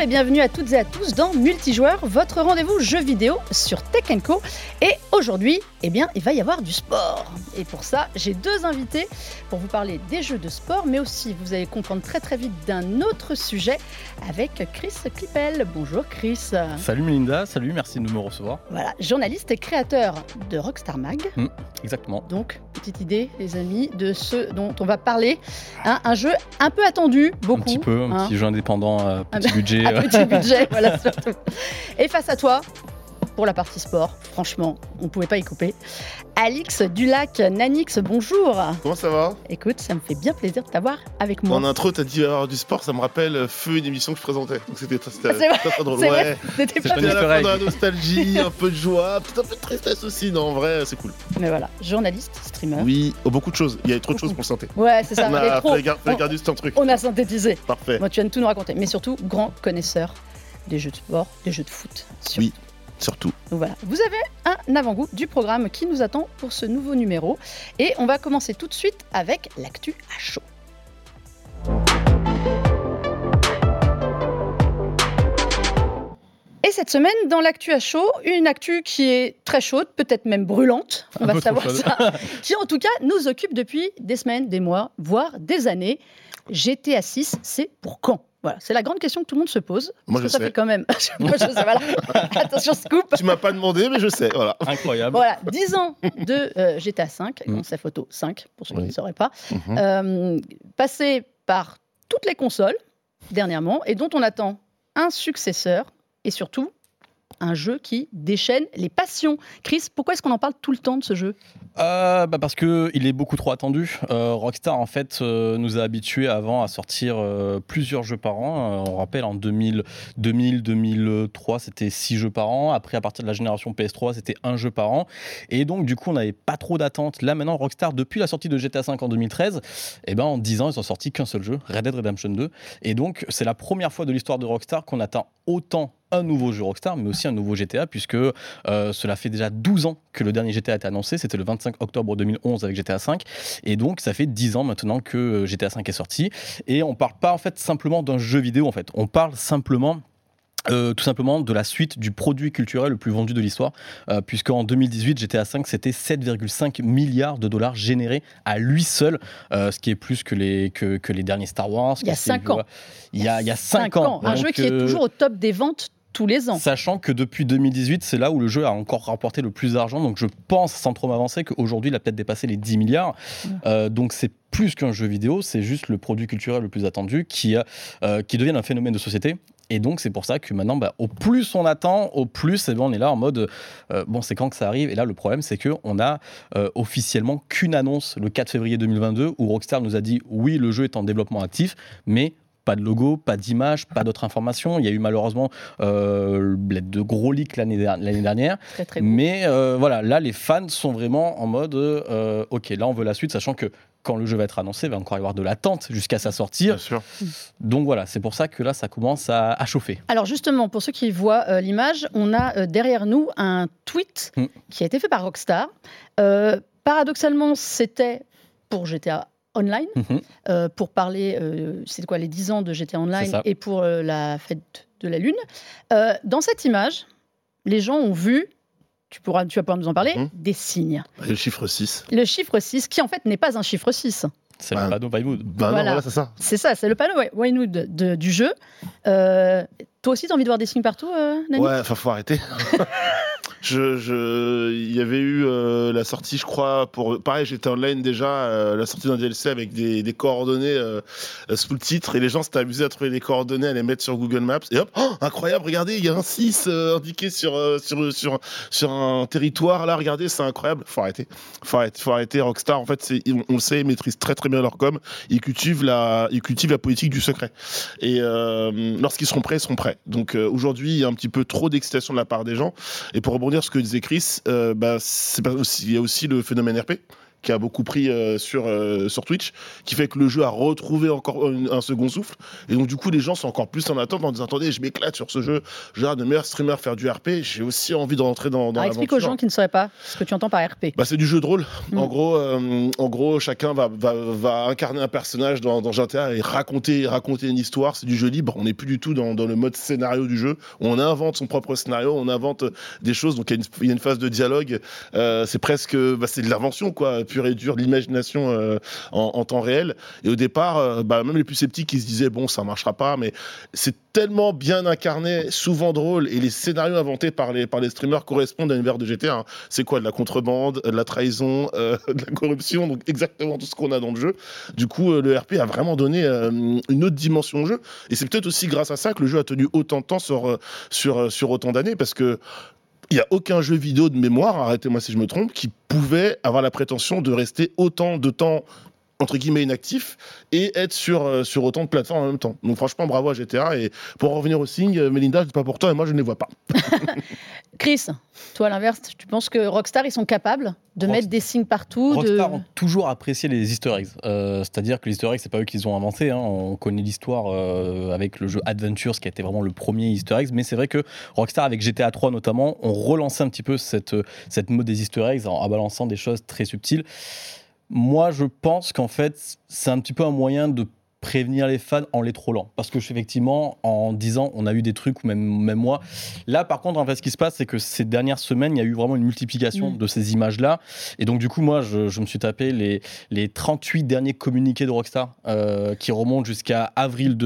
et bienvenue à toutes et à tous dans Multijoueur, votre rendez-vous jeux vidéo sur Tech & Co. Et aujourd'hui, il va y avoir du sport. Et pour ça, j'ai deux invités pour vous parler des jeux de sport, mais aussi, vous allez comprendre très très vite d'un autre sujet avec Chris Clippel. Bonjour Chris. Salut Melinda, salut, merci de me recevoir. Voilà, journaliste et créateur de Rockstar Mag. Exactement. Donc, petite idée, les amis, de ce dont on va parler. Un jeu un peu attendu, beaucoup. Un petit jeu indépendant, petit budget. Petit budget, voilà, surtout. Et face à toi, pour la partie sport, franchement, on ne pouvait pas y couper. Alix Dulac Nanix, bonjour. Comment ça va ? Écoute, ça me fait bien plaisir de t'avoir avec moi. En intro, t'as dit avoir du sport, ça me rappelle Feu, une émission que je présentais. Donc c'était très drôle. C'est ouais. vrai, c'était pas à la fois dans la nostalgie, un peu de joie, peut-être un peu de tristesse aussi. Non, en vrai, c'est cool. Mais voilà, journaliste, streamer. Oui, beaucoup de choses. Il y a trop de choses pour le synthé. Ouais, c'est ça. On a fait garder un truc. On a synthétisé. Parfait. Moi, tu viens de tout nous raconter. Mais surtout, grand connaisseur des jeux de sport, des jeux de foot. Oui. Surtout. Donc voilà, vous avez un avant-goût du programme qui nous attend pour ce nouveau numéro. Et on va commencer tout de suite avec l'actu à chaud. Et cette semaine, dans l'actu à chaud, une actu qui est très chaude, peut-être même brûlante, on va savoir ça, qui en tout cas nous occupe depuis des semaines, des mois, voire des années. GTA 6, c'est pour quand ? Voilà, c'est la grande question que tout le monde se pose. Moi, je ça sais. Fait quand même. Moi, je sais, voilà. Attention, scoop. Tu m'as pas demandé, mais je sais. Voilà. Incroyable. Voilà, 10 ans de GTA 5, Grand Theft Auto 5, pour ceux qui ne sauraient pas. Passé par toutes les consoles, dernièrement, et dont on attend un successeur, et surtout, un jeu qui déchaîne les passions. Chris, pourquoi est-ce qu'on en parle tout le temps de ce jeu ? Parce qu'il est beaucoup trop attendu. Rockstar, en fait, nous a habitués avant à sortir plusieurs jeux par an. On rappelle, en 2003, c'était 6 jeux par an. Après, à partir de la génération PS3, c'était 1 jeu par an. Et donc, du coup, on n'avait pas trop d'attentes. Là, maintenant, Rockstar, depuis la sortie de GTA 5 en 2013, en 10 ans, ils ont sorti qu'un seul jeu, Red Dead Redemption 2. Et donc, c'est la première fois de l'histoire de Rockstar qu'on attend autant un nouveau jeu Rockstar, mais aussi un nouveau GTA, puisque cela fait déjà 12 ans que le dernier GTA a été annoncé. C'était le 25 octobre 2011 avec GTA 5. Et donc, ça fait 10 ans maintenant que GTA 5 est sorti. Et on ne parle pas en fait simplement d'un jeu vidéo. En fait. On parle simplement... tout simplement de la suite du produit culturel le plus vendu de l'histoire, puisqu'en 2018, GTA 5, c'était 7,5 milliards de dollars générés à lui seul, ce qui est plus que les derniers Star Wars. Il y a 5 ans. Il y a 5 ans. Un jeu qui est toujours au top des ventes tous les ans. Sachant que depuis 2018, c'est là où le jeu a encore rapporté le plus d'argent. Donc je pense, sans trop m'avancer, qu'aujourd'hui, il a peut-être dépassé les 10 milliards. Donc c'est plus qu'un jeu vidéo, c'est juste le produit culturel le plus attendu qui devient un phénomène de société. Et donc, c'est pour ça que maintenant, au plus on attend, au plus on est là en mode c'est quand que ça arrive. Et là, le problème, c'est qu'on a officiellement qu'une annonce le 4 février 2022 où Rockstar nous a dit oui, le jeu est en développement actif, mais pas de logo, pas d'image, pas d'autres informations. Il y a eu malheureusement de gros leaks l'année dernière. Très, très beau. Mais là, les fans sont vraiment en mode OK, là, on veut la suite, sachant que quand le jeu va être annoncé, il va encore y avoir de l'attente jusqu'à sa sortie. Bien sûr. Donc voilà, c'est pour ça que là, ça commence à chauffer. Alors justement, pour ceux qui voient l'image, on a derrière nous un tweet qui a été fait par Rockstar. Paradoxalement, c'était pour GTA Online, pour parler, c'est quoi, les 10 ans de GTA Online et pour la fête de la Lune. Dans cette image, les gens ont vu, tu vas pouvoir nous en parler, des signes. Le chiffre 6. Le chiffre 6, qui en fait n'est pas un chiffre 6. C'est le panneau Winewood. Voilà, c'est ça. C'est ça, c'est le panneau Winewood du jeu. Toi aussi, t'as envie de voir des signes partout, Nani ? Ouais, faut arrêter. Il y avait eu la sortie, je crois, pareil, j'étais online déjà, la sortie d'un DLC avec des coordonnées sous le titre, et les gens s'étaient amusés à trouver les coordonnées, à les mettre sur Google Maps, et hop, incroyable, regardez, il y a un 6 indiqué sur un territoire, là, regardez, c'est incroyable. Faut arrêter. Rockstar, en fait, on le sait, ils maîtrisent très très bien leur com, ils cultivent la politique du secret. Et lorsqu'ils seront prêts, ils seront prêts. Donc aujourd'hui, il y a un petit peu trop d'excitation de la part des gens, et pour rebondir sur ce que disait Chris, il y a aussi le phénomène RP qui a beaucoup pris sur Twitch, qui fait que le jeu a retrouvé encore un second souffle. Et donc, du coup, les gens sont encore plus en attente en disant attendez, je m'éclate sur ce jeu. Je regarde de meilleurs streamers faire du RP. J'ai aussi envie de rentrer dans l'aventure. Explique aux gens qui ne sauraient pas ce que tu entends par RP. C'est du jeu de rôle. En gros, chacun va incarner un personnage dans GTA et raconter une histoire. C'est du jeu libre. On n'est plus du tout dans le mode scénario du jeu. On invente son propre scénario, on invente des choses. Donc, il y a une phase de dialogue. C'est presque c'est de l'invention, quoi, pure et dure, de l'imagination en temps réel. Et au départ, même les plus sceptiques, ils se disaient bon, ça marchera pas, mais c'est tellement bien incarné, souvent drôle, et les scénarios inventés par les streamers correspondent à l'univers de GTA. Hein. C'est quoi, de la contrebande, de la trahison, de la corruption, donc exactement tout ce qu'on a dans le jeu. Du coup, le RP a vraiment donné une autre dimension au jeu, et c'est peut-être aussi grâce à ça que le jeu a tenu autant de temps sur autant d'années, parce que il n'y a aucun jeu vidéo de mémoire, arrêtez-moi si je me trompe, qui pouvait avoir la prétention de rester autant de temps entre guillemets inactif et être sur autant de plateformes en même temps. Donc franchement, bravo à GTA. Et pour en revenir au signes, Mélinda, je dis pas pour toi et moi je ne les vois pas. Chris, toi à l'inverse, tu penses que Rockstar, ils sont capables de mettre des signes partout? Rockstar ont toujours apprécié les easter eggs. C'est-à-dire que les easter eggs, c'est pas eux qui les ont inventés. Hein. On connaît l'histoire avec le jeu Adventures, qui a été vraiment le premier easter eggs. Mais c'est vrai que Rockstar, avec GTA 3 notamment, ont relancé un petit peu cette mode des easter eggs en balançant des choses très subtiles. Moi, je pense qu'en fait, c'est un petit peu un moyen de prévenir les fans en les trollant. Parce que, effectivement, en 10 ans, on a eu des trucs, ou même moi. Là, par contre, en fait, ce qui se passe, c'est que ces dernières semaines, il y a eu vraiment une multiplication de ces images-là. Et donc, du coup, moi, je me suis tapé les 38 derniers communiqués de Rockstar qui remontent jusqu'à avril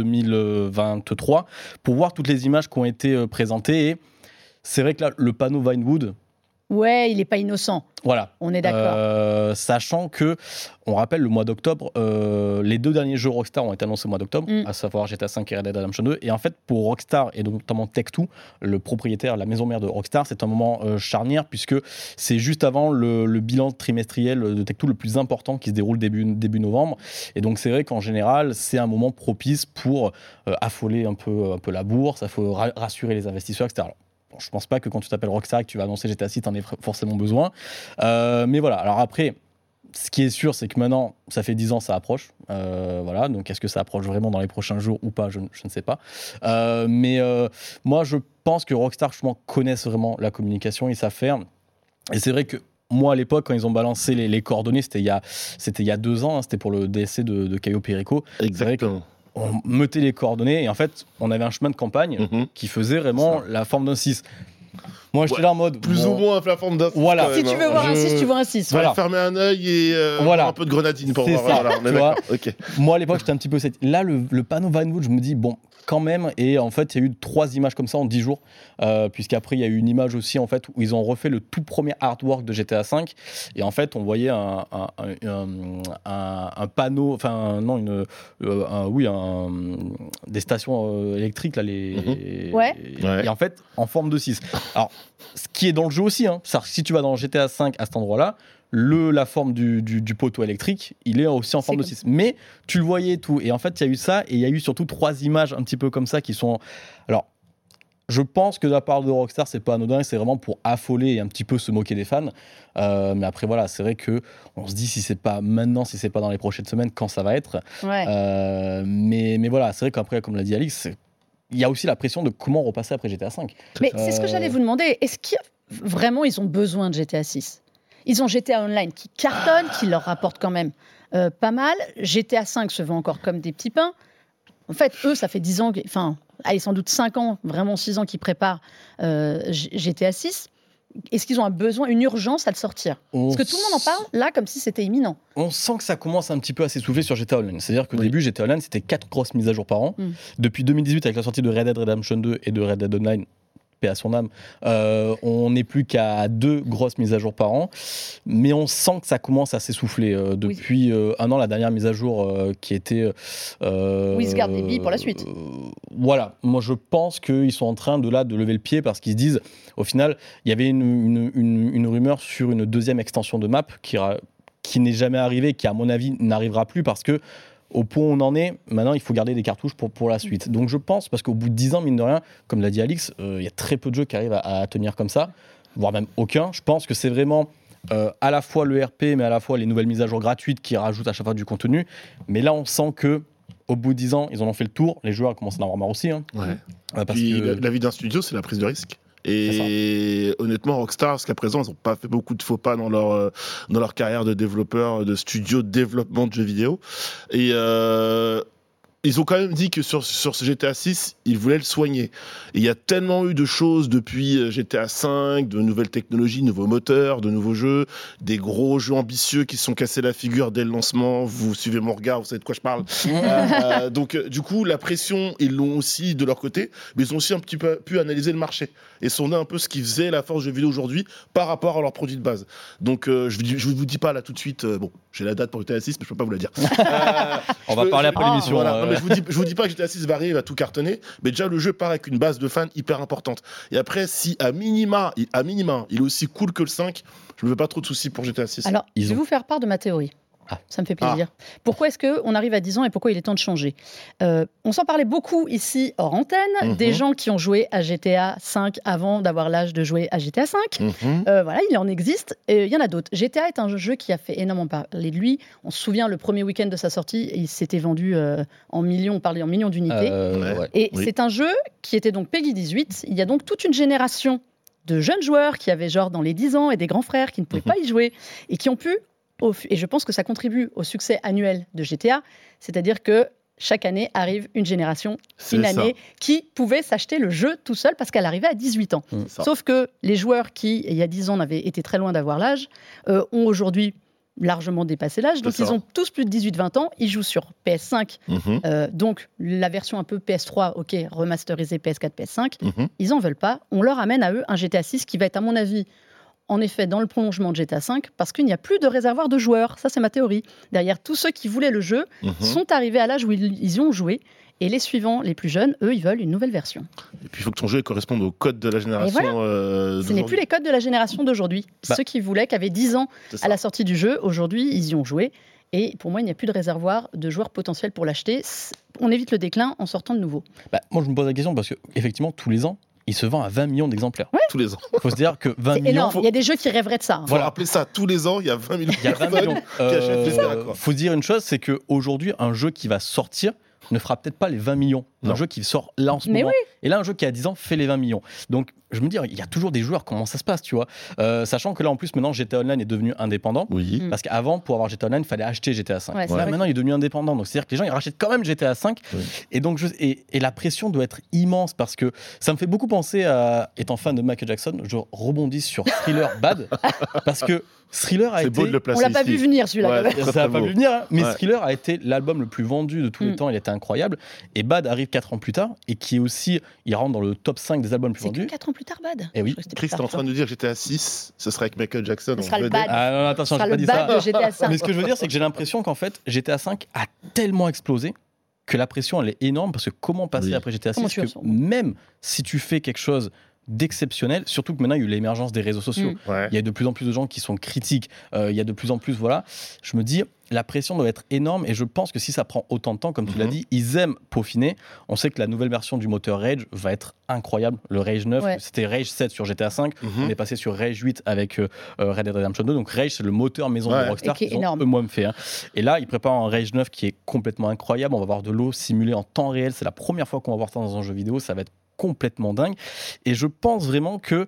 2023 pour voir toutes les images qui ont été présentées. Et c'est vrai que là, le panneau Vinewood... Ouais, il n'est pas innocent. Voilà. On est d'accord. Sachant que, on rappelle, le mois d'octobre, les 2 derniers jeux Rockstar ont été annoncés au mois d'octobre, à savoir GTA 5 et Red Dead Redemption 2. Et en fait, pour Rockstar, et donc notamment Take-Two, le propriétaire, la maison mère de Rockstar, c'est un moment charnière, puisque c'est juste avant le bilan trimestriel de Take-Two le plus important qui se déroule début novembre. Et donc, c'est vrai qu'en général, c'est un moment propice pour affoler un peu la bourse, il faut rassurer les investisseurs, etc. Alors, bon, je pense pas que quand tu t'appelles Rockstar et que tu vas annoncer GTA 6, t'en aies forcément besoin. Mais voilà, alors après, ce qui est sûr, c'est que maintenant, ça fait 10 ans, ça approche. Voilà, donc est-ce que ça approche vraiment dans les prochains jours ou pas, je ne sais pas. Mais moi, je pense que Rockstar, justement, connaissent vraiment la communication, ils savent faire. Et c'est vrai que moi, à l'époque, quand ils ont balancé les coordonnées, c'était il y a 2 ans, hein, c'était pour le DLC de Caio Perico. Exactement. On mettait les coordonnées et en fait, on avait un chemin de campagne qui faisait vraiment la forme d'un 6. Moi, j'étais là en mode... Plus ou moins la forme d'un 6. Voilà. Si tu veux voir un 6, tu vois un 6. Voilà. Fermer un œil et un peu de grenadine pour voir. Ça, voilà, on est d'accord. Okay. Moi, à l'époque, j'étais un petit peu... Là, le panneau Vinewood, je me dis, bon, quand même. Et en fait, il y a eu 3 images comme ça en 10 jours. Puisqu'après, il y a eu une image aussi, en fait, où ils ont refait le tout premier artwork de GTA V. Et en fait, on voyait un panneau... Enfin, non, des stations électriques, là, Ouais. Et en fait, en forme de 6. Alors, ce qui est dans le jeu aussi, hein, si tu vas dans GTA V à cet endroit-là, la forme du poteau électrique, il est aussi en forme de 6. Mais tu le voyais et tout. Et en fait, il y a eu ça, et il y a eu surtout 3 images un petit peu comme ça qui sont... Alors, je pense que de la part de Rockstar, c'est pas anodin, c'est vraiment pour affoler et un petit peu se moquer des fans. Mais après, voilà, c'est vrai qu'on se dit si c'est pas maintenant, si c'est pas dans les prochaines semaines, quand ça va être. Ouais. Mais voilà, c'est vrai qu'après, comme l'a dit Alix, il y a aussi la pression de comment repasser après GTA 5. Mais c'est ce que j'allais vous demander. Est-ce qu'ils vraiment ils ont besoin de GTA 6 ? Ils ont GTA Online qui cartonne, qui leur rapporte quand même pas mal. GTA 5 se vend encore comme des petits pains. En fait, eux, ça fait 10 ans, allez, sans doute 5 ans, vraiment 6 ans qu'ils préparent GTA 6. Est-ce qu'ils ont un besoin, une urgence à le sortir ? Parce que tout le monde en parle, là, comme si c'était imminent. On sent que ça commence un petit peu à s'essouffler sur GTA Online. C'est-à-dire qu'au début, GTA Online, c'était 4 grosses mises à jour par an. Depuis 2018, avec la sortie de Red Dead Redemption 2 et de Red Dead Online, paix à son âme, on n'est plus qu'à 2 grosses mises à jour par an, mais on sent que ça commence à s'essouffler depuis 1 an, la dernière mise à jour qui était Wizard Baby pour la suite. Voilà, moi je pense qu'ils sont en train de lever le pied parce qu'ils se disent, au final, il y avait une rumeur sur une 2e extension de map qui n'est jamais arrivée, qui à mon avis n'arrivera plus parce que au point où on en est, maintenant il faut garder des cartouches pour la suite. Donc je pense, parce qu'au bout de 10 ans, mine de rien, comme l'a dit Alix, il y a très peu de jeux qui arrivent à tenir comme ça, voire même aucun. Je pense que c'est vraiment à la fois le RP, mais à la fois les nouvelles mises à jour gratuites qui rajoutent à chaque fois du contenu. Mais là, on sent que au bout de 10 ans, ils en ont fait le tour. Les joueurs commencent à en avoir marre aussi. Hein. Puis la vie d'un studio, c'est la prise de risque. Et honnêtement, Rockstar, jusqu'à présent, ils n'ont pas fait beaucoup de faux pas dans leur carrière de développeur, de studio de développement de jeux vidéo. Et ils ont quand même dit que sur ce GTA 6, ils voulaient le soigner. Et il y a tellement eu de choses depuis GTA 5, de nouvelles technologies, de nouveaux moteurs, de nouveaux jeux, des gros jeux ambitieux qui se sont cassés la figure dès le lancement. Vous suivez mon regard, vous savez de quoi je parle. Donc, du coup, la pression, ils l'ont aussi de leur côté, mais ils ont aussi un petit peu pu analyser le marché et sonder un peu ce qui faisait la force du jeu vidéo aujourd'hui par rapport à leurs produits de base. Donc, je vous dis pas là tout de suite, bon, j'ai la date pour GTA 6, mais je peux pas vous la dire. On va parler après l'émission. Voilà. Non, mais je vous dis pas que GTA 6 va arriver, va tout cartonner, mais déjà le jeu part avec une base de fans hyper importante. Et après, si à minima, il est aussi cool que le 5, je me fais pas trop de soucis pour GTA 6. Alors, je vais vous faire part de ma théorie. Ça me fait plaisir. Pourquoi est-ce qu'on arrive à 10 ans et pourquoi il est temps de changer ? On s'en parlait beaucoup ici hors antenne, des gens qui ont joué à GTA 5 avant d'avoir l'âge de jouer à GTA 5. Voilà, il en existe. Il y en a d'autres. GTA est un jeu qui a fait énormément parler de lui. On se souvient, le premier week-end de sa sortie, il s'était vendu en millions, on parlait en millions d'unités. Et c'est un jeu qui était donc Peggy 18. Il y a donc toute une génération de jeunes joueurs qui avaient genre dans les 10 ans et des grands frères qui ne pouvaient pas y jouer et qui ont pu... Et je pense que ça contribue au succès annuel de GTA, c'est-à-dire que chaque année arrive une génération, année, qui pouvait s'acheter le jeu tout seul parce qu'elle arrivait à 18 ans. Sauf que les joueurs qui, il y a 10 ans, avaient été très loin d'avoir l'âge, ont aujourd'hui largement dépassé l'âge, donc ils ont tous plus de 18-20 ans, ils jouent sur PS5, donc la version un peu PS3, ok, remasterisée PS4, PS5, ils en veulent pas, on leur amène à eux un GTA 6 qui va être à mon avis en effet dans le prolongement de GTA 5 parce qu'il n'y a plus de réservoir de joueurs, ça c'est ma théorie. Derrière tous ceux qui voulaient le jeu sont arrivés à l'âge où ils y ont joué. Et les suivants, les plus jeunes, eux, ils veulent une nouvelle version. Et puis, il faut que ton jeu corresponde aux codes de la génération. Ce n'est plus les codes de la génération d'aujourd'hui. Ceux qui voulaient, qui avaient 10 ans à la sortie du jeu, aujourd'hui, ils y ont joué. Et pour moi, il n'y a plus de réservoir de joueurs potentiels pour l'acheter. On évite le déclin en sortant de nouveau. Moi, je me pose la question parce qu'effectivement, tous les ans, il se vend à 20 millions d'exemplaires. Tous les ans. Il faut se dire que 20 millions... énorme. Il y a des jeux qui rêveraient de ça. Il faut rappeler ça. Tous les ans, il y a 20 millions de personnes qui achètent les jeux. Il faut se dire une chose, c'est qu'aujourd'hui, un jeu qui va sortir ne fera peut-être pas les 20 millions. Un jeu qui sort là en ce moment. Et là, un jeu qui a 10 ans fait les 20 millions. Donc, je me dis, il y a toujours des joueurs, comment ça se passe, tu vois. Sachant que là, en plus, maintenant, GTA Online est devenu indépendant. Parce qu'avant, pour avoir GTA Online, il fallait acheter GTA 5. Là, maintenant, il est devenu indépendant. Donc, c'est-à-dire que les gens, ils rachètent quand même GTA 5. Et donc, et la pression doit être immense parce que ça me fait beaucoup penser à, étant fan de Michael Jackson, je rebondis sur Thriller Bad. Parce que Thriller a été... On l'a pas vu venir, celui-là. Ça n'a pas vu venir, hein. Mais Thriller a été l'album le plus vendu de tous les temps. Il était incroyable. Et Bad arrive 4 ans plus tard et qui est aussi, il rentre dans le top 5 des albums les plus vendus. C'est 4 ans plus tard, Bad. Et oui. Chris, t'es en train de nous dire que GTA 6, ce serait avec Michael Jackson. Ce sera le Bad. Ah non, attention, j'ai pas dit ça. De GTA 5. Mais ce que je veux dire, c'est que j'ai l'impression qu'en fait, GTA 5 a tellement explosé que la pression, elle est énorme parce que comment passer après GTA 6 que même si tu fais quelque chose d'exceptionnel, surtout que maintenant il y a eu l'émergence des réseaux sociaux. Il y a de plus en plus de gens qui sont critiques, il y a de plus en plus, voilà. Je me dis, la pression doit être énorme et je pense que si ça prend autant de temps, comme tu l'as dit, ils aiment peaufiner. On sait que la nouvelle version du moteur Rage va être incroyable. Le Rage 9, c'était Rage 7 sur GTA 5, on est passé sur Rage 8 avec Red Dead Redemption 2. Donc Rage, c'est le moteur maison de Rockstar qu'ils ont eux-mêmes fait. Et là, ils préparent un Rage 9 qui est complètement incroyable. On va voir de l'eau simulée en temps réel. C'est la première fois qu'on va voir ça dans un jeu vidéo. Ça va être complètement dingue. Et je pense vraiment que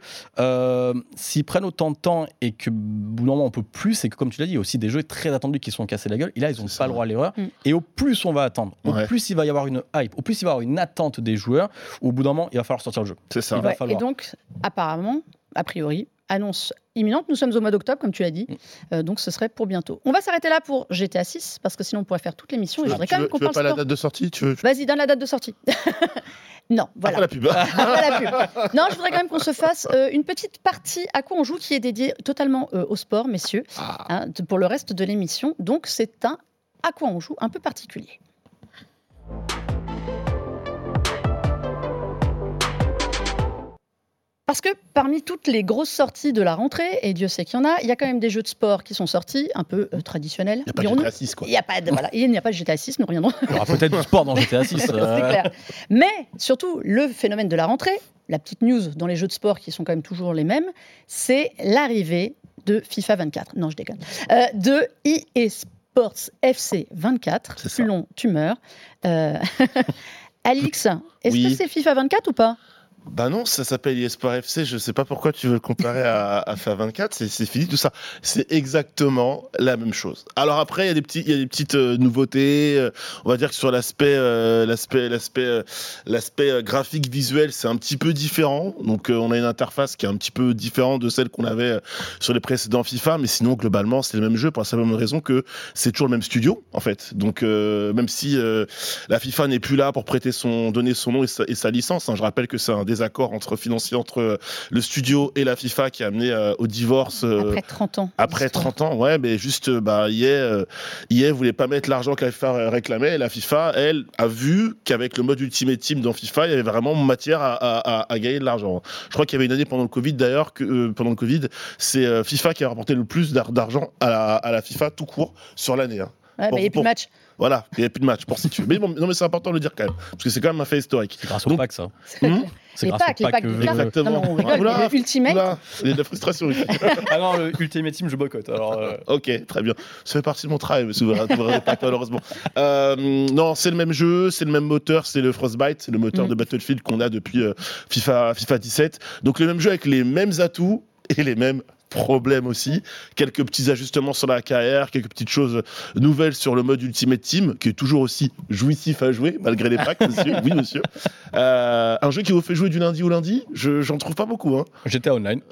s'ils prennent autant de temps et que bout d'un moment on peut plus, c'est que comme tu l'as dit, il y a aussi des jeux très attendus qui sont cassés la gueule. Et là, ils n'ont pas le droit à l'erreur. Et au plus on va attendre, au plus il va y avoir une hype, au plus il va y avoir une attente des joueurs, au bout d'un moment, il va falloir sortir le jeu. C'est ça. Et donc, apparemment, a priori, annonce imminente. Nous sommes au mois d'octobre, comme tu l'as dit. Donc, ce serait pour bientôt. On va s'arrêter là pour GTA 6, parce que sinon, on pourrait faire toute l'émission. Et je voudrais quand même qu'on parle sport. Tu veux pas la date de sortie Vas-y, donne la date de sortie. Non, voilà. Après la pub. Après la pub. Non, je voudrais quand même qu'on se fasse une petite partie à quoi on joue qui est dédiée totalement au sport, messieurs, pour le reste de l'émission. Donc, c'est un à quoi on joue un peu particulier. Parce que parmi toutes les grosses sorties de la rentrée, et Dieu sait qu'il y en a, il y a quand même des jeux de sport qui sont sortis, un peu traditionnels. Il n'y a pas de GTA 6, quoi. Il n'y a pas de GTA 6, nous reviendrons. Il y aura peut-être du sport dans GTA 6. C'est clair. Mais surtout, le phénomène de la rentrée, la petite news dans les jeux de sport qui sont quand même toujours les mêmes, c'est l'arrivée de FIFA 24. Non, je déconne. De EA Sports FC 24. C'est Plus ça. long, tu meurs. Alix, est-ce Oui. que c'est FIFA 24 ou pas? Bah non, ça s'appelle eSport FC. Je sais pas pourquoi tu veux le comparer à FIFA 24. C'est fini tout ça. C'est exactement la même chose. Alors après, il y a des petites nouveautés. On va dire que sur l'aspect graphique visuel, c'est un petit peu différent. Donc on a une interface qui est un petit peu différente de celle qu'on avait sur les précédents FIFA, mais sinon globalement c'est le même jeu pour la simple raison que c'est toujours le même studio en fait. Donc même si la FIFA n'est plus là pour donner son nom et sa licence, hein, je rappelle que c'est un désaccord financier entre le studio et la FIFA qui a amené au divorce. Après 30 ans. Après 30 ans, ouais, mais juste, EA voulait pas mettre l'argent que la FIFA réclamait. Et la FIFA, elle, a vu qu'avec le mode Ultimate Team dans FIFA, il y avait vraiment matière à gagner de l'argent. Je crois qu'il y avait une année pendant le Covid, d'ailleurs, pendant le Covid, c'est FIFA qui a rapporté le plus d'argent à la FIFA tout court sur l'année. Hein. Ouais, il n'y a plus de match. Voilà, il n'y a plus de match pour situer. Mais bon, non, mais c'est important de le dire quand même, parce que c'est quand même un fait historique. C'est grâce au pack, ça. Les packs de cartes. Exactement. Non, on rigole, Oula, mais le Ultimate. Oula, il y a de la frustration ici. Ah non, le Ultimate Team, je boycotte. Alors, Ok, très bien. Ça fait partie de mon travail, monsieur. Vous verrez pas, malheureusement. Non, c'est le même jeu, c'est le même moteur, c'est le Frostbite, c'est le moteur de Battlefield qu'on a depuis FIFA 17. Donc le même jeu avec les mêmes atouts et les mêmes problèmes aussi. Quelques petits ajustements sur la carrière, quelques petites choses nouvelles sur le mode Ultimate Team, qui est toujours aussi jouissif à jouer, malgré les packs, monsieur. Oui, monsieur. Un jeu qui vous fait jouer du lundi au lundi, j'en trouve pas beaucoup. Hein. GTA Online.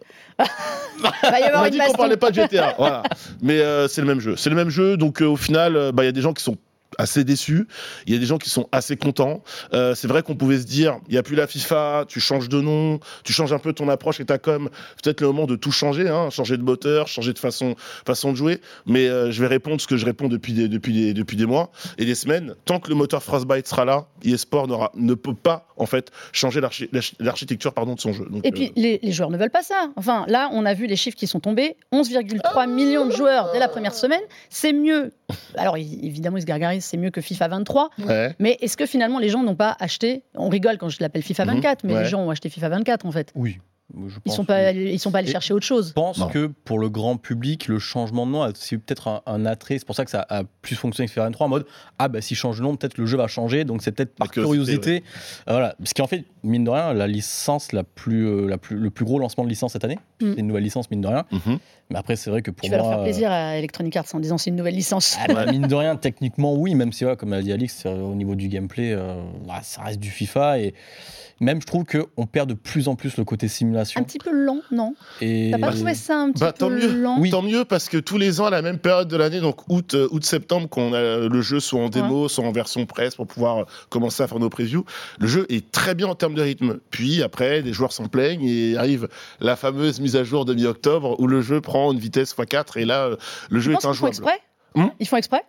Il va y On avoir a une dit qu'on baston. parlait pas de GTA, voilà. Mais c'est le même jeu. C'est le même jeu, donc au final, il y a des gens qui sont assez déçus, il y a des gens qui sont assez contents. C'est vrai qu'on pouvait se dire, il n'y a plus la FIFA, tu changes de nom, tu changes un peu ton approche et ta com, peut-être le moment de tout changer, hein, changer de moteur, changer de façon de jouer, mais je vais répondre ce que je réponds depuis des mois et des semaines. Tant que le moteur Frostbite sera là, eSport ne peut pas en fait changer l'architecture de son jeu. Donc, Et puis, les joueurs ne veulent pas ça. Enfin, là, on a vu les chiffres qui sont tombés. 11,3 millions de joueurs dès la première semaine. C'est mieux. Alors, évidemment, ils se gargarisent, c'est mieux que FIFA 23. ouais. Mais est-ce que finalement, les gens n'ont pas acheté... On rigole quand je l'appelle FIFA 24, mais ouais. les gens ont acheté FIFA 24, en fait. Oui. Ils sont pas allés chercher autre chose. Je pense Non. que pour le grand public, le changement de nom a aussi peut-être un attrait. C'est pour ça que ça a plus fonctionné que FIFA 23 en mode s'il change de nom, peut-être le jeu va changer. Donc c'est peut-être par curiosité. Voilà. Ce qui en fait, mine de rien, la licence le plus gros lancement de licence cette année. C'est une nouvelle licence, mine de rien. Mais après, c'est vrai que pour Tu moi. vas leur faire plaisir à Electronic Arts en disant c'est une nouvelle licence. Mine de rien, techniquement, oui, même si, comme a dit Alix, au niveau du gameplay, ça reste du FIFA. Et même, je trouve qu'on perd de plus en plus le côté simulation. Un petit peu lent, non? Et... T'as pas trouvé ça un petit tant peu mieux. lent? Oui. Tant mieux parce que tous les ans à la même période de l'année, donc août-septembre, quand on a le jeu soit en démo, soit en version presse pour pouvoir commencer à faire nos previews, le jeu est très bien en termes de rythme. Puis après, les joueurs s'en plaignent et arrive la fameuse mise à jour de mi-octobre où le jeu prend une vitesse x4 et là, le jeu est Ils font injouable. exprès? Ils font exprès?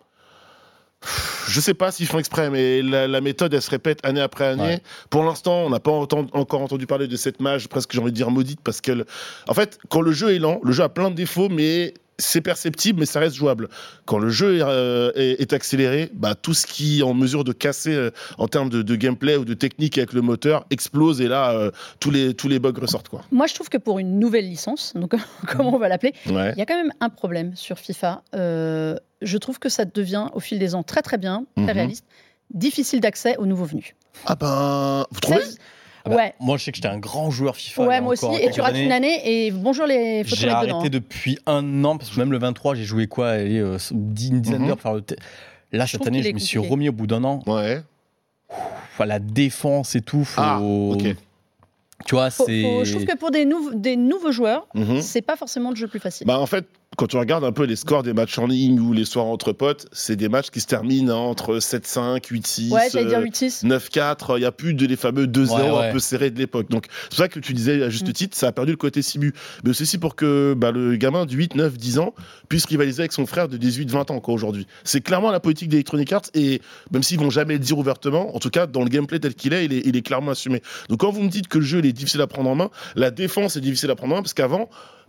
Je sais pas s'ils font exprès, mais la méthode, elle se répète année après année. Ouais. Pour l'instant, on n'a pas encore entendu parler de cette mage, presque j'ai envie de dire maudite, parce qu'elle... En fait, quand le jeu est lent, le jeu a plein de défauts, mais c'est perceptible, mais ça reste jouable. Quand le jeu est accéléré, tout ce qui est en mesure de casser en termes de gameplay ou de technique avec le moteur explose, et là, tous les bugs ressortent, quoi. Moi, je trouve que pour une nouvelle licence, donc comment on va l'appeler, Ouais. il y a quand même un problème sur FIFA. Je trouve que ça devient, au fil des ans, très très bien, très réaliste, difficile d'accès aux nouveaux venus. Vous trouvez? Ouais. Moi, je sais que j'étais un grand joueur FIFA. Ouais, moi aussi. Et tu rates une année et bonjour les photos J'ai dedans. arrêté depuis un an, parce que même le 23, j'ai joué une dizaine d'heures pour faire le Là, cette année, je me suis remis au bout d'un an. Ouais. La défense et tout. Ok. Tu vois, je trouve que pour des nouveaux joueurs, c'est pas forcément le jeu le plus facile. En fait, quand tu regardes un peu les scores des matchs en ligne ou les soirs entre potes, c'est des matchs qui se terminent entre 7-5, 8-6, Ouais, j'allais dire 8-6. 9-4. Il n'y a plus les fameux 2-0 Ouais. un peu serrés de l'époque. Donc, c'est pour ça que tu disais à juste titre, ça a perdu le côté simu. Mais c'est aussi pour que le gamin de 8, 9, 10 ans puisse rivaliser avec son frère de 18, 20 ans aujourd'hui. C'est clairement la politique d'Electronic Arts et même s'ils vont jamais le dire ouvertement, en tout cas, dans le gameplay tel qu'il est, il est clairement assumé. Donc, quand vous me dites que le jeu il est difficile à prendre en main, la défense est difficile à prendre en main parce qu'avant,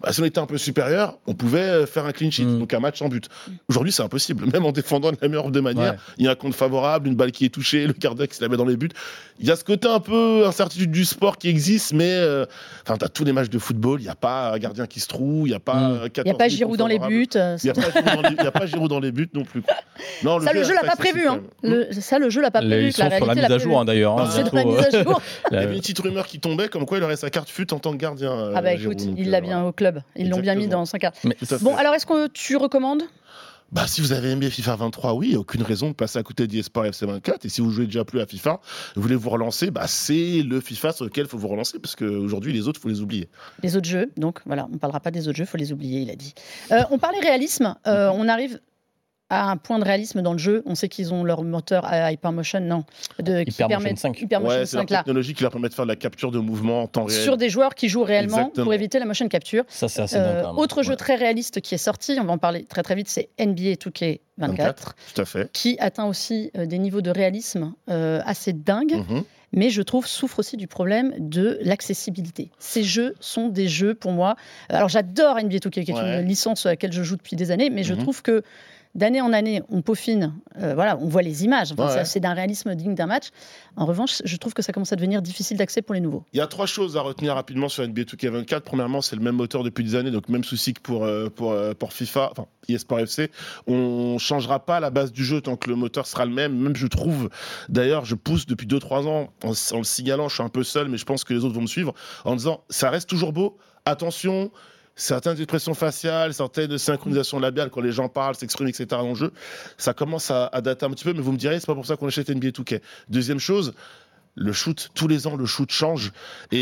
si on était un peu supérieur, on pouvait faire un clean sheet, donc un match sans but. Aujourd'hui, c'est impossible. Même en défendant de la meilleure des manières, il y a un compte favorable, une balle qui est touchée, le gardien qui se la met dans les buts. Il y a ce côté un peu incertitude du sport qui existe, mais tu as tous les matchs de football, il n'y a pas un gardien qui se trouve, il n'y a pas 14 il n'y a pas Giroud dans les buts. Il n'y a pas Giroud dans les buts non plus. Non, ça, le jeu l'a pas prévu. Le jeu l'a pas prévu. Ils sont sur la mise à jour, d'ailleurs. C'est de la mise à jour. Il y avait une petite rumeur qui tombait, comme quoi il aurait sa carte fut en tant que gardien. Écoute, il l'a bien au club. Ils l'ont bien mis dans son carte. Bon, alors est-ce que tu recommandes ? Si vous avez aimé FIFA 23, oui, il n'y a aucune raison de passer à côté d'eSport FC 24. Et si vous jouez déjà plus à FIFA, vous voulez vous relancer, c'est le FIFA sur lequel il faut vous relancer, parce qu'aujourd'hui, les autres, il faut les oublier. Les autres jeux, donc voilà, on ne parlera pas des autres jeux, il faut les oublier, il a dit. On parlait réalisme, on arrive à un point de réalisme dans le jeu. On sait qu'ils ont leur moteur à Hypermotion, Hypermotion 5. Hypermotion c'est la technologie qui leur permet de faire de la capture de mouvement en temps réel. Sur des joueurs qui jouent réellement pour éviter la motion capture. Ça, c'est assez bon. Autre jeu très réaliste qui est sorti, on va en parler très très vite, c'est NBA 2K24. Tout à fait. Qui atteint aussi des niveaux de réalisme assez dingues. Mais je trouve souffre aussi du problème de l'accessibilité. Ces jeux sont des jeux pour moi. Alors j'adore NBA 2K, qui est une licence à laquelle je joue depuis des années, mais je trouve que d'année en année, on peaufine, on voit les images, c'est d'un réalisme digne d'un match. En revanche, je trouve que ça commence à devenir difficile d'accès pour les nouveaux. Il y a 3 choses à retenir rapidement sur NBA 2K24. Premièrement, c'est le même moteur depuis des années, donc même souci que pour FIFA, enfin eSport FC. On ne changera pas la base du jeu tant que le moteur sera le même. Même je trouve, d'ailleurs, je pousse depuis 2-3 ans en le signalant, je suis un peu seul, mais je pense que les autres vont me suivre, en disant, ça reste toujours beau, attention, certaines expressions faciales, certaines synchronisations labiales quand les gens parlent, s'expriment, etc. dans le jeu, ça commence à dater un petit peu, mais vous me direz, c'est pas pour ça qu'on achète NBA 2K. Deuxième chose, le shoot, tous les ans, le shoot change.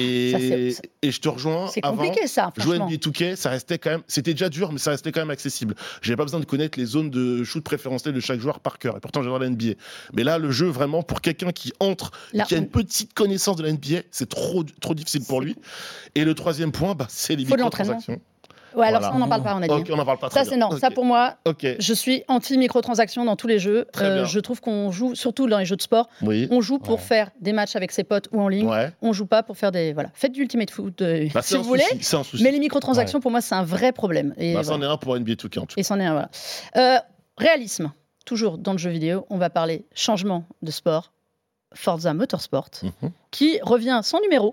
Et je te rejoins. C'est compliqué, ça, franchement. Jouer NBA 2K, ça restait quand même. C'était déjà dur, mais ça restait quand même accessible. J'avais pas besoin de connaître les zones de shoot préférentielles de chaque joueur par cœur. Et pourtant, j'adore la NBA. Mais là, le jeu, vraiment, pour quelqu'un qui entre, qui a une petite connaissance de la NBA, c'est trop difficile pour lui. Et le troisième point, c'est les microtransactions. Alors ça, on n'en parle pas, on a dit. On n'en parle pas. Ça, c'est non. Ça, pour moi, je suis anti-microtransactions dans tous les jeux. Je trouve qu'on joue, surtout dans les jeux de sport, on joue pour faire des matchs avec ses potes ou en ligne. On joue pas pour faire des... Voilà. Faites du Ultimate Foot si vous voulez. Mais les microtransactions, pour moi, c'est un vrai problème. Et c'en est un pour NBA 2K, en tout cas. Et c'en est un, voilà. Réalisme. Toujours dans le jeu vidéo, on va parler changement de sport. Forza Motorsport, qui revient sans numéro.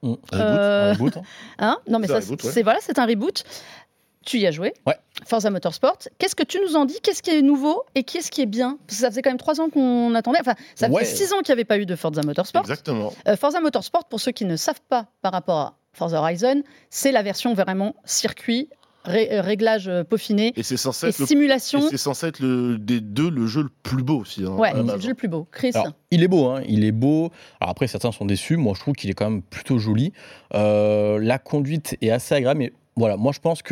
Un reboot. Non, mais c'est un reboot. Tu y as joué. Forza Motorsport. Qu'est-ce que tu nous en dis ? Qu'est-ce qui est nouveau et qu'est-ce qui est bien ? Parce que ça faisait quand même 3 ans qu'on attendait. Enfin, ça fait 6 ans qu'il n'y avait pas eu de Forza Motorsport. Exactement. Forza Motorsport, pour ceux qui ne savent pas par rapport à Forza Horizon, c'est la version vraiment circuit, réglage peaufiné et simulation. C'est censé être des deux le jeu le plus beau aussi. C'est le jeu le plus beau. Chris. Alors, il est beau, il est beau. Alors après, certains sont déçus. Moi, je trouve qu'il est quand même plutôt joli. La conduite est assez agréable, mais voilà, moi je pense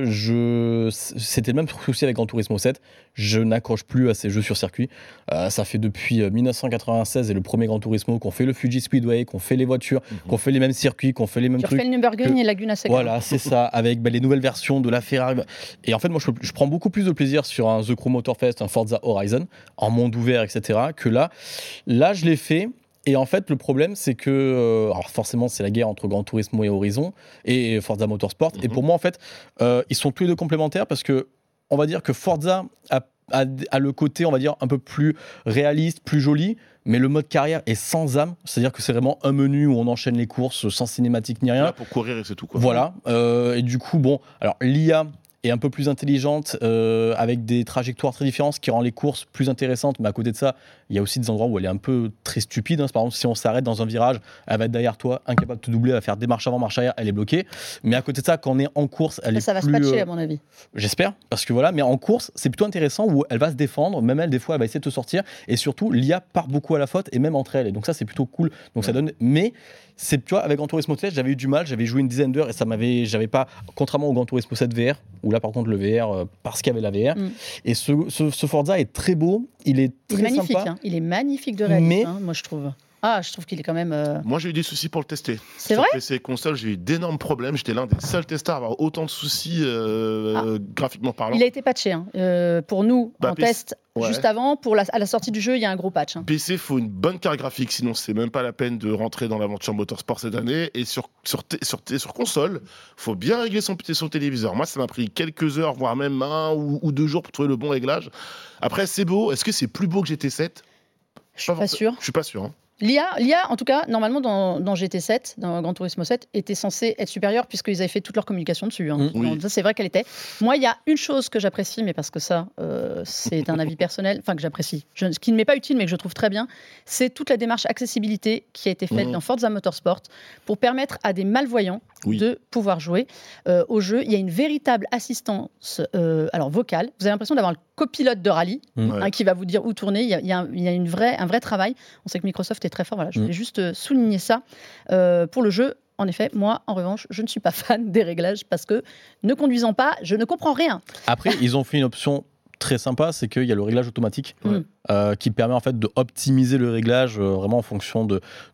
que c'était le même souci avec Gran Turismo 7. Je n'accroche plus à ces jeux sur circuit. Ça fait depuis 1996 et le premier Gran Turismo qu'on fait le Fuji Speedway, qu'on fait les voitures, qu'on fait les mêmes circuits, qu'on fait les mêmes trucs. Tu refais le Nürburgring et Laguna Seca. Voilà, c'est ça, avec les nouvelles versions de la Ferrari. Et en fait, moi je prends beaucoup plus de plaisir sur un The Crew Motorfest, un Forza Horizon, en monde ouvert, etc. que là je l'ai fait. Et en fait, le problème, c'est que... alors forcément, c'est la guerre entre Gran Turismo et Horizon et Forza Motorsport. Et pour moi, en fait, ils sont tous les deux complémentaires parce que, on va dire que Forza a le côté, on va dire, un peu plus réaliste, plus joli, mais le mode carrière est sans âme. C'est-à-dire que c'est vraiment un menu où on enchaîne les courses sans cinématique ni rien. Là, pour courir et c'est tout, quoi. Voilà. Et du coup, alors l'IA est un peu plus intelligente, avec des trajectoires très différentes, ce qui rend les courses plus intéressantes. Mais à côté de ça, il y a aussi des endroits où elle est un peu très stupide. Par exemple, si on s'arrête dans un virage, elle va être derrière toi, incapable de te doubler, elle va faire des marches avant, marche arrière, elle est bloquée. Mais à côté de ça, quand on est en course, ça va se patcher, à mon avis. J'espère, parce que voilà. Mais en course, c'est plutôt intéressant où elle va se défendre. Même elle, des fois, elle va essayer de te sortir. Et surtout, l'IA part beaucoup à la faute et même entre elles. Et donc ça, c'est plutôt cool. Donc ça donne. Mais tu vois, avec Gran Turismo 7, j'avais eu du mal. J'avais joué une dizaine d'heures et j'avais pas, contrairement au Gran Turismo 7 VR, où là, par contre, le VR, parce qu'il y avait la VR. Et ce Forza est très beau. Il est très magnifique, sympa. Il est magnifique de réalisme, moi je trouve. Ah, je trouve qu'il est quand même... Moi, j'ai eu des soucis pour le tester. C'est Sur vrai PC et console, j'ai eu d'énormes problèmes. J'étais l'un des seuls testeurs à avoir autant de soucis graphiquement parlant. Il a été patché. Pour nous, en PC, test, juste avant, à la sortie du jeu, il y a un gros patch. PC, il faut une bonne carte graphique, sinon c'est même pas la peine de rentrer dans l'aventure Motorsport cette année. Et sur console, faut bien régler son téléviseur. Moi, ça m'a pris quelques heures, voire même 1 ou 2 jours pour trouver le bon réglage. Après, c'est beau. Est-ce que c'est plus beau que GT7 ? Je suis pas sûr. Je suis pas sûr. L'IA, en tout cas, normalement, dans GT7, dans Gran Turismo 7, était censée être supérieure puisqu'ils avaient fait toute leur communication dessus. Oui. Donc, ça, c'est vrai qu'elle était. Moi, il y a une chose que j'apprécie, mais parce que ça, c'est un avis personnel, enfin que j'apprécie, ce qui ne m'est pas utile, mais que je trouve très bien, c'est toute la démarche accessibilité qui a été faite dans Forza Motorsport pour permettre à des malvoyants de pouvoir jouer au jeu. Il y a une véritable assistance vocale. Vous avez l'impression d'avoir le copilote de rallye qui va vous dire où tourner. Il y a un vrai travail. On sait que Microsoft est très fort. Voilà, je voulais juste souligner ça pour le jeu. En effet, moi, en revanche, je ne suis pas fan des réglages parce que, ne conduisant pas, je ne comprends rien. Après, ils ont fait une option très sympa, c'est qu'il y a le réglage automatique qui permet en fait d'optimiser le réglage vraiment en fonction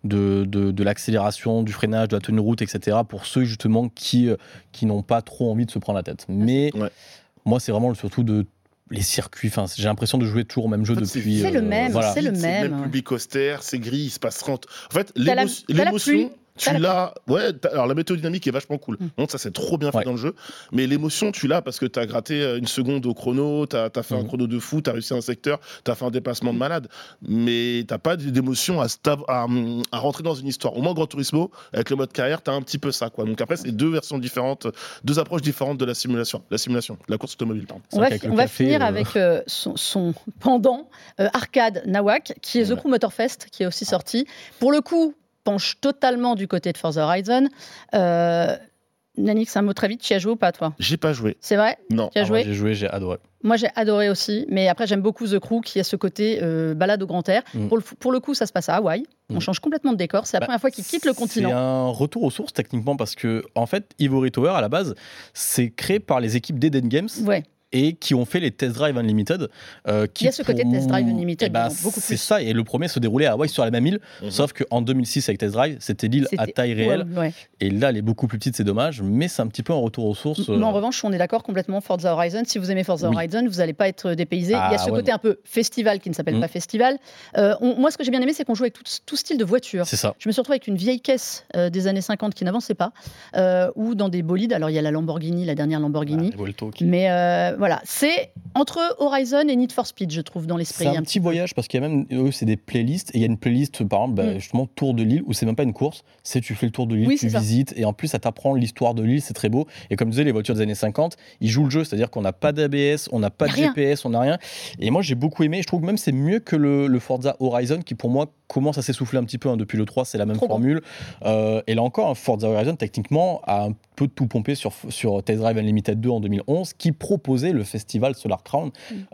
de l'accélération, du freinage, de la tenue de route, etc. pour ceux justement qui n'ont pas trop envie de se prendre la tête. Mais moi, c'est vraiment surtout les circuits, j'ai l'impression de jouer toujours au même jeu depuis... C'est le même, c'est le même. C'est le même public austère, c'est gris, il se passe 30... En fait, l'émotion... Tu l'as, alors la météo dynamique est vachement cool. Donc ça, c'est trop bien fait dans le jeu. Mais l'émotion, tu l'as parce que tu as gratté une seconde au chrono, tu as fait un chrono de fou, tu as réussi un secteur, tu as fait un dépassement de malade. Mais tu n'as pas d'émotion à rentrer dans une histoire. Au moins, Gran Turismo, avec le mode carrière, tu as un petit peu ça. Donc après, c'est deux versions différentes, deux approches différentes de la simulation, la course automobile. On va finir avec son pendant arcade Nawak, qui est The Crew Motorfest, qui est aussi sorti. Pour le coup, penche totalement du côté de Forza Horizon. Nanix, un mot très vite, tu y as joué ou pas, toi ? J'ai pas joué. C'est vrai ? Non. Tu as joué ? Moi, j'ai joué, j'ai adoré. Moi, j'ai adoré aussi, mais après, j'aime beaucoup The Crew, qui a ce côté balade au grand air. Pour le coup, ça se passe à Hawaï. On change complètement de décor. C'est la première fois qu'ils quittent le continent. C'est un retour aux sources, techniquement, parce que, en fait, Ivory Tower, à la base, c'est créé par les équipes d'Eden Games. Ouais. Et qui ont fait les Test Drive Unlimited. Il y a ce côté de Test Drive Unlimited, beaucoup plus. C'est ça, et le premier se déroulait à Hawaï sur la même île, sauf qu'en 2006 avec Test Drive, c'était l'île à taille réelle, et là elle est beaucoup plus petite, c'est dommage, mais c'est un petit peu un retour aux sources. Mais en revanche, on est d'accord complètement, Forza Horizon, si vous aimez Forza Horizon, vous n'allez pas être dépaysé. Il y a ce côté un peu festival qui ne s'appelle pas festival. Moi, ce que j'ai bien aimé, c'est qu'on joue avec tout style de voiture. C'est ça. Je me suis retrouvée avec une vieille caisse des années 50 qui n'avançait pas, ou dans des bolides. Alors il y a la Lamborghini, la dernière Lamborghini. Mais voilà, c'est entre Horizon et Need for Speed, je trouve, dans l'esprit. C'est un petit voyage parce qu'il y a même, c'est des playlists, et il y a une playlist, par exemple, justement, Tour de l'île, où c'est même pas une course, c'est tu fais le tour de l'île, tu visites, et en plus, ça t'apprend l'histoire de l'île, c'est très beau. Et comme je disais, les voitures des années 50, ils jouent le jeu, c'est-à-dire qu'on n'a pas d'ABS, on n'a pas de GPS, on n'a rien. Et moi, j'ai beaucoup aimé, je trouve que même c'est mieux que le Forza Horizon, qui pour moi commence à s'essouffler un petit peu, depuis le 3, c'est la même formule. Et là encore, Forza Horizon, techniquement, a un peu tout pompé sur Test Drive Unlimited 2 en 2011, qui proposait le festival Solar Crown.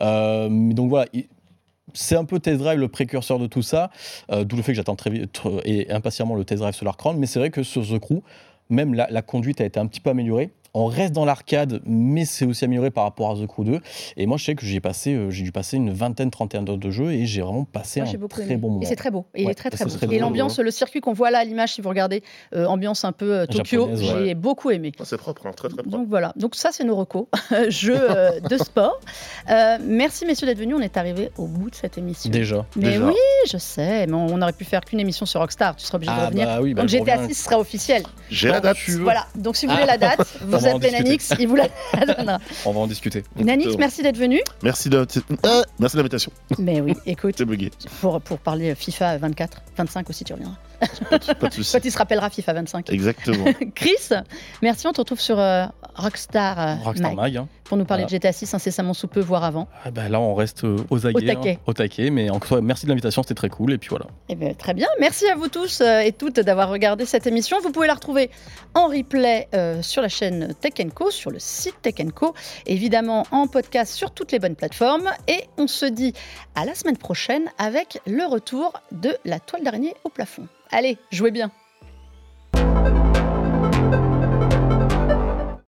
Donc voilà, c'est un peu Test Drive le précurseur de tout ça, d'où le fait que j'attends très vite et impatiemment le Test Drive Solar Crown. Mais c'est vrai que sur The Crew, même la conduite a été un petit peu améliorée. On reste dans l'arcade, mais c'est aussi amélioré par rapport à The Crew 2. Et moi, je sais que j'ai dû passer une vingtaine, 31 d'heures de jeu, et j'ai vraiment passé un très bon moment. Et c'est très beau. Et il est très très beau. Et l'ambiance, le circuit qu'on voit là à l'image, si vous regardez, ambiance un peu Tokyo, j'ai beaucoup aimé. C'est propre, très très propre. Donc voilà. Donc ça, c'est nos recos, jeux de sport. Merci messieurs d'être venus. On est arrivé au bout de cette émission. Déjà. Oui, je sais. Mais on aurait pu faire qu'une émission sur Rockstar. Tu seras obligé de revenir. Donc GTA 6 sera officiel. J'ai la date. Voilà. Donc si vous voulez la date, vous appelez Nanix, il vous la donnera. On va en discuter. Nanix, merci d'être venu. Merci de l'invitation. Mais oui, écoute, c'est bugué. Pour parler FIFA 24, 25 aussi, tu reviendras. Pas de soucis. Quand il se rappellera FIFA 25. Exactement. Chris, merci, on te retrouve sur Rockstar Mag. Pour nous parler de GTA 6 incessamment sous peu, voire avant. Là, on reste aux aguets. Au taquet. Mais encore merci de l'invitation, c'était très cool. Et puis voilà. Très bien. Merci à vous tous et toutes d'avoir regardé cette émission. Vous pouvez la retrouver en replay sur la chaîne Tech & Co, sur le site Tech & Co, évidemment en podcast sur toutes les bonnes plateformes. Et on se dit à la semaine prochaine avec le retour de la toile d'araignée au plafond. Allez, jouez bien.